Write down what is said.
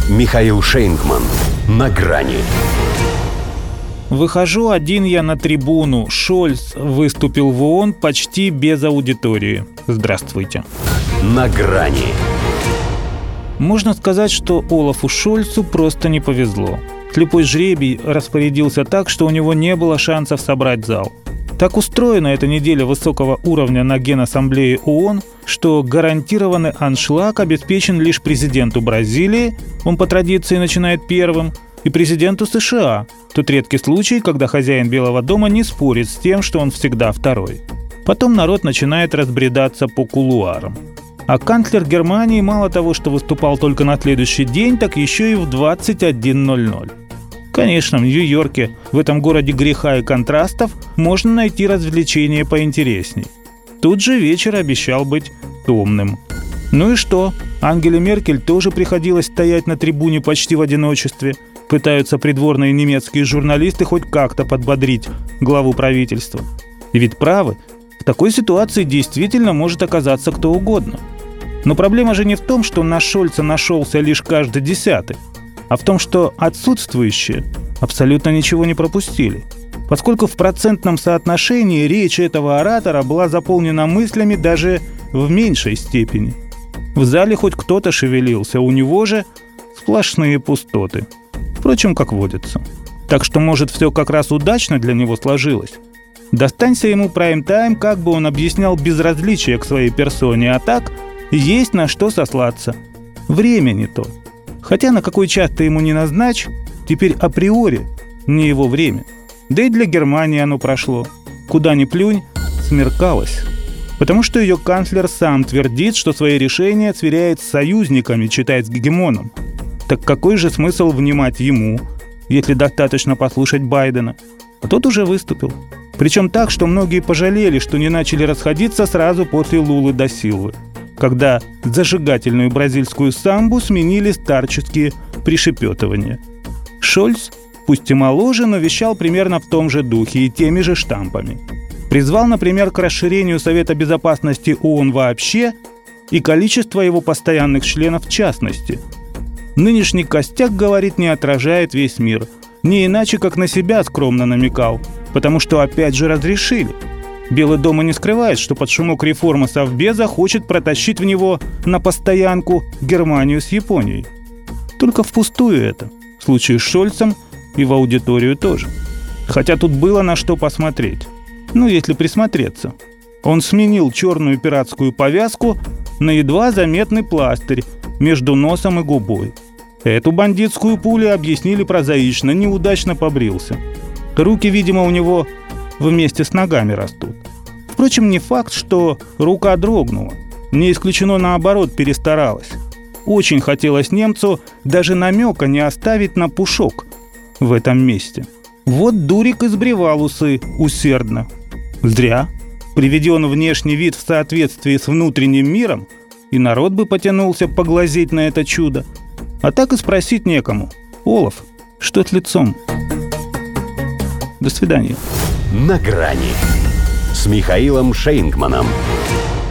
Михаил Шейнгман. На грани. Выхожу один я на трибуну. Шольц выступил в ООН почти без аудитории. Здравствуйте. На грани. Можно сказать, что Олафу Шольцу просто не повезло. Слепой жребий распорядился так, что у него не было шансов собрать зал. Так устроена эта неделя высокого уровня на Генассамблее ООН, что гарантированный аншлаг обеспечен лишь президенту Бразилии, он по традиции начинает первым, и президенту США, тот редкий случай, когда хозяин Белого дома не спорит с тем, что он всегда второй. Потом народ начинает разбредаться по кулуарам. А канцлер Германии мало того, что выступал только на следующий день, так еще и в 21:00. Конечно, в Нью-Йорке, в этом городе греха и контрастов, можно найти развлечения поинтересней. Тут же вечер обещал быть томным. Ну и что? Ангеле Меркель тоже приходилось стоять на трибуне почти в одиночестве. Пытаются придворные немецкие журналисты хоть как-то подбодрить главу правительства. И ведь правы, в такой ситуации действительно может оказаться кто угодно. Но проблема же не в том, что на Шольца нашелся лишь каждый десятый, а в том, что отсутствующие абсолютно ничего не пропустили. Поскольку в процентном соотношении речь этого оратора была заполнена мыслями даже в меньшей степени. В зале хоть кто-то шевелился, у него же сплошные пустоты. Впрочем, как водится. Так что, может, все как раз удачно для него сложилось. Достанься ему прайм-тайм, как бы он объяснял безразличие к своей персоне, а так есть на что сослаться. Время не то. Хотя на какой час ты ему не назначь, теперь априори не его время. Да и для Германии оно прошло. Куда ни плюнь, смеркалось. Потому что ее канцлер сам твердит, что свои решения сверяет с союзниками, читает с гегемоном. Так какой же смысл внимать ему, если достаточно послушать Байдена? А тот уже выступил. Причем так, что многие пожалели, что не начали расходиться сразу после Лулы да Силвы, когда зажигательную бразильскую самбу сменили старческие пришепетывания. Шольц, пусть и моложе, но вещал примерно в том же духе и теми же штампами. Призвал, например, к расширению Совета Безопасности ООН вообще и количества его постоянных членов в частности. Нынешний костяк, говорит, не отражает весь мир. Не иначе, как на себя скромно намекал, потому что опять же разрешили. Белый дом и не скрывает, что под шумок реформы Совбеза хочет протащить в него на постоянку Германию с Японией. Только впустую это, в случае с Шольцем и в аудиторию тоже. Хотя тут было на что посмотреть. Ну, если присмотреться. Он сменил черную пиратскую повязку на едва заметный пластырь между носом и губой. Эту бандитскую пулю объяснили прозаично, неудачно побрился. Руки, видимо, у него вместе с ногами растут. Впрочем, не факт, что рука дрогнула. Не исключено, наоборот, перестаралась. Очень хотелось немцу даже намека не оставить на пушок в этом месте. Вот дурик избривал усы усердно. Зря. Приведен внешний вид в соответствии с внутренним миром, и народ бы потянулся поглазеть на это чудо. А так и спросить некому. Олаф, что с лицом? До свидания. На грани с Михаилом Шейнгманом.